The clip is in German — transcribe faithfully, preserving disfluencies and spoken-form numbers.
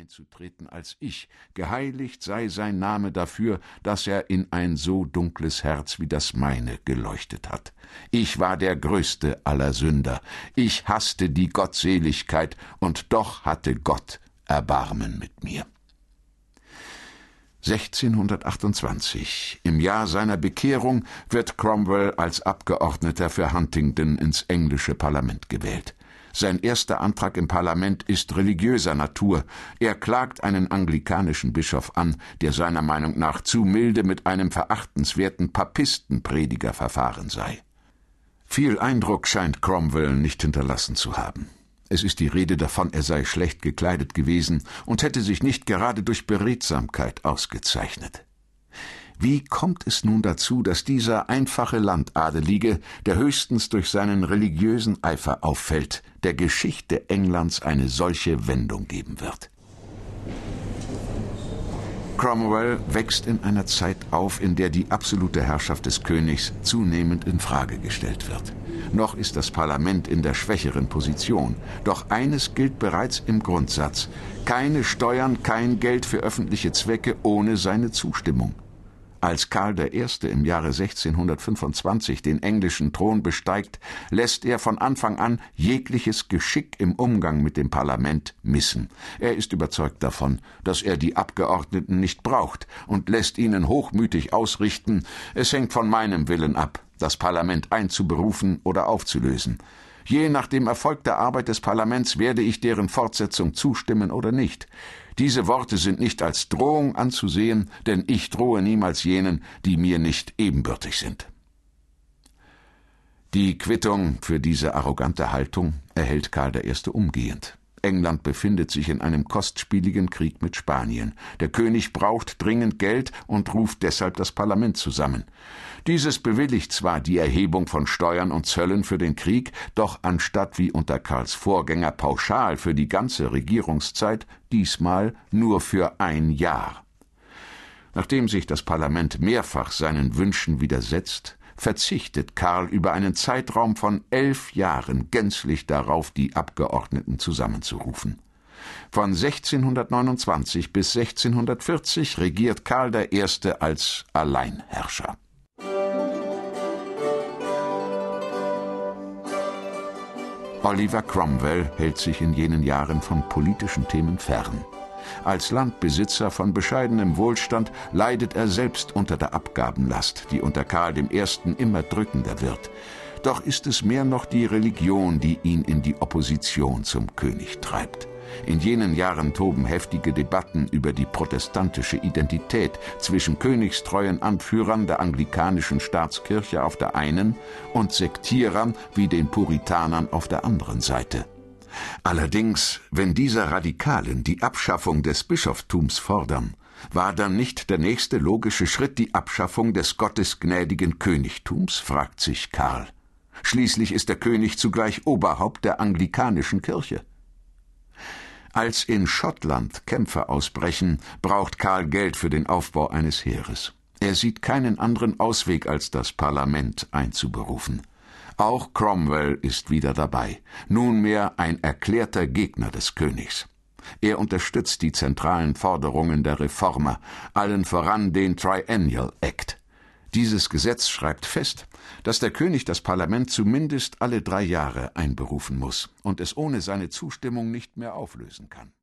einzutreten als ich, geheiligt sei sein Name dafür, dass er in ein so dunkles Herz wie das meine geleuchtet hat. Ich war der größte aller Sünder, ich hasste die Gottseligkeit, und doch hatte Gott Erbarmen mit mir. sechzehnhundertachtundzwanzig, im Jahr seiner Bekehrung, wird Cromwell als Abgeordneter für Huntingdon ins englische Parlament gewählt. Sein erster Antrag im Parlament ist religiöser Natur. Er klagt einen anglikanischen Bischof an, der seiner Meinung nach zu milde mit einem verachtenswerten Papistenprediger verfahren sei. Viel Eindruck scheint Cromwell nicht hinterlassen zu haben. Es ist die Rede davon, er sei schlecht gekleidet gewesen und hätte sich nicht gerade durch Beredsamkeit ausgezeichnet. Wie kommt es nun dazu, dass dieser einfache Landadelige, der höchstens durch seinen religiösen Eifer auffällt, der Geschichte Englands eine solche Wendung geben wird? Cromwell wächst in einer Zeit auf, in der die absolute Herrschaft des Königs zunehmend in Frage gestellt wird. Noch ist das Parlament in der schwächeren Position. Doch eines gilt bereits im Grundsatz: keine Steuern, kein Geld für öffentliche Zwecke ohne seine Zustimmung. Als Karl der Erste im Jahre sechzehnhundertfünfundzwanzig den englischen Thron besteigt, lässt er von Anfang an jegliches Geschick im Umgang mit dem Parlament missen. Er ist überzeugt davon, dass er die Abgeordneten nicht braucht, und lässt ihnen hochmütig ausrichten: Es hängt von meinem Willen ab, das Parlament einzuberufen oder aufzulösen. Je nach dem Erfolg der Arbeit des Parlaments werde ich deren Fortsetzung zustimmen oder nicht. Diese Worte sind nicht als Drohung anzusehen, denn ich drohe niemals jenen, die mir nicht ebenbürtig sind. Die Quittung für diese arrogante Haltung erhält Karl der Erste umgehend. England befindet sich in einem kostspieligen Krieg mit Spanien. Der König braucht dringend Geld und ruft deshalb das Parlament zusammen. Dieses bewilligt zwar die Erhebung von Steuern und Zöllen für den Krieg, doch anstatt wie unter Karls Vorgänger pauschal für die ganze Regierungszeit, diesmal nur für ein Jahr. Nachdem sich das Parlament mehrfach seinen Wünschen widersetzt, verzichtet Karl über einen Zeitraum von elf Jahren gänzlich darauf, die Abgeordneten zusammenzurufen. Von sechzehnhundertneunundzwanzig bis sechzehnhundertvierzig regiert Karl der Erste als Alleinherrscher. Oliver Cromwell hält sich in jenen Jahren von politischen Themen fern. Als Landbesitzer von bescheidenem Wohlstand leidet er selbst unter der Abgabenlast, die unter Karl dem Ersten immer drückender wird. Doch ist es mehr noch die Religion, die ihn in die Opposition zum König treibt. In jenen Jahren toben heftige Debatten über die protestantische Identität zwischen königstreuen Anführern der anglikanischen Staatskirche auf der einen und Sektierern wie den Puritanern auf der anderen Seite. Allerdings, wenn diese Radikalen die Abschaffung des Bischoftums fordern, war dann nicht der nächste logische Schritt die Abschaffung des gottesgnädigen Königtums, fragt sich Karl. Schließlich ist der König zugleich Oberhaupt der anglikanischen Kirche. Als in Schottland Kämpfe ausbrechen, braucht Karl Geld für den Aufbau eines Heeres. Er sieht keinen anderen Ausweg, als das Parlament einzuberufen. Auch Cromwell ist wieder dabei, nunmehr ein erklärter Gegner des Königs. Er unterstützt die zentralen Forderungen der Reformer, allen voran den Triennial Act. Dieses Gesetz schreibt fest, dass der König das Parlament zumindest alle drei Jahre einberufen muss und es ohne seine Zustimmung nicht mehr auflösen kann.